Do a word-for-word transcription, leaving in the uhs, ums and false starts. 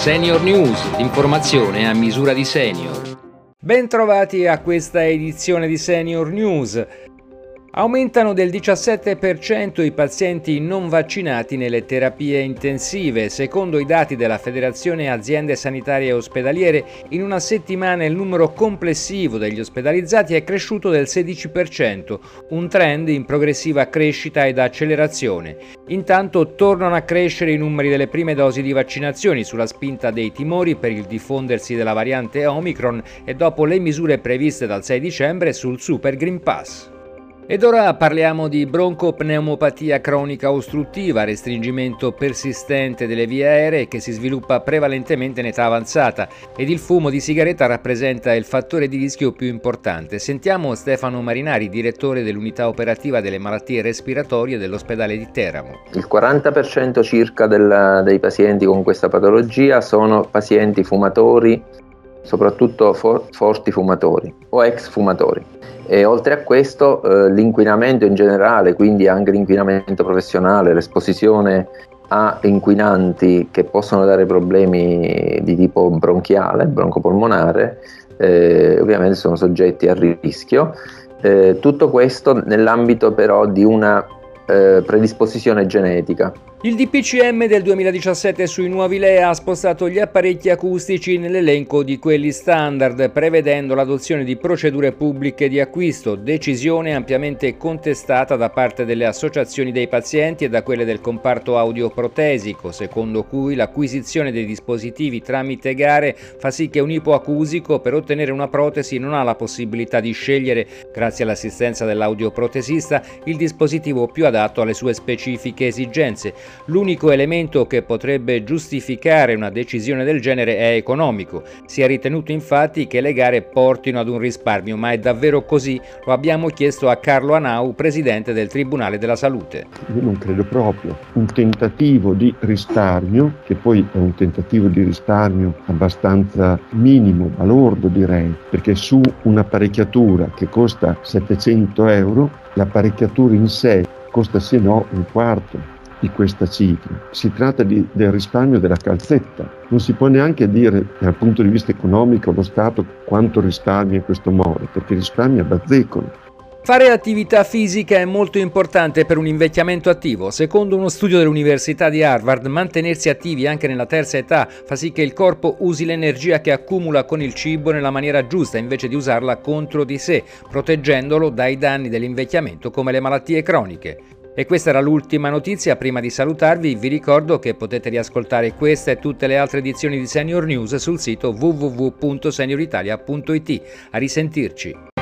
Senior News, l'informazione a misura di senior. Bentrovati a questa edizione di Senior News. Aumentano del diciassette per cento i pazienti non vaccinati nelle terapie intensive. Secondo i dati della Federazione Aziende Sanitarie Ospedaliere, in una settimana il numero complessivo degli ospedalizzati è cresciuto del sedici per cento, un trend in progressiva crescita ed accelerazione. Intanto tornano a crescere i numeri delle prime dosi di vaccinazioni sulla spinta dei timori per il diffondersi della variante Omicron e dopo le misure previste dal sei dicembre sul Super Green Pass. Ed ora parliamo di broncopneumopatia cronica ostruttiva, restringimento persistente delle vie aeree che si sviluppa prevalentemente in età avanzata ed il fumo di sigaretta rappresenta il fattore di rischio più importante. Sentiamo Stefano Marinari, direttore dell'unità operativa delle malattie respiratorie dell'ospedale di Teramo. Il quaranta per cento circa del, dei pazienti con questa patologia sono pazienti fumatori, soprattutto for, forti fumatori o ex fumatori. E oltre a questo eh, l'inquinamento in generale, quindi anche l'inquinamento professionale, l'esposizione a inquinanti che possono dare problemi di tipo bronchiale, broncopolmonare, eh, ovviamente sono soggetti a rischio. Eh, tutto questo nell'ambito però di una eh, predisposizione genetica. Il D P C M del duemiladiciassette sui nuovi L E A ha spostato gli apparecchi acustici nell'elenco di quelli standard, prevedendo l'adozione di procedure pubbliche di acquisto, decisione ampiamente contestata da parte delle associazioni dei pazienti e da quelle del comparto audioprotesico, secondo cui l'acquisizione dei dispositivi tramite gare fa sì che un ipoacusico per ottenere una protesi non ha la possibilità di scegliere, grazie all'assistenza dell'audioprotesista, il dispositivo più adatto alle sue specifiche esigenze. L'unico elemento che potrebbe giustificare una decisione del genere è economico. Si è ritenuto infatti che le gare portino ad un risparmio, ma è davvero così? Lo abbiamo chiesto a Carlo Anau, presidente del Tribunale della Salute. Io non credo proprio. Un tentativo di risparmio, che poi è un tentativo di risparmio abbastanza minimo, balordo direi, perché su un'apparecchiatura che costa settecento euro, l'apparecchiatura in sé costa se no un quarto di questa cifra. Si tratta di, del risparmio della calzetta. Non si può neanche dire dal punto di vista economico lo Stato quanto risparmia in questo modo, perché risparmia bazzecolo. Fare attività fisica è molto importante per un invecchiamento attivo. Secondo uno studio dell'Università di Harvard, mantenersi attivi anche nella terza età fa sì che il corpo usi l'energia che accumula con il cibo nella maniera giusta invece di usarla contro di sé, proteggendolo dai danni dell'invecchiamento come le malattie croniche. E questa era l'ultima notizia. Prima di salutarvi vi ricordo che potete riascoltare questa e tutte le altre edizioni di Senior News sul sito w w w punto senior italia punto i t. A risentirci.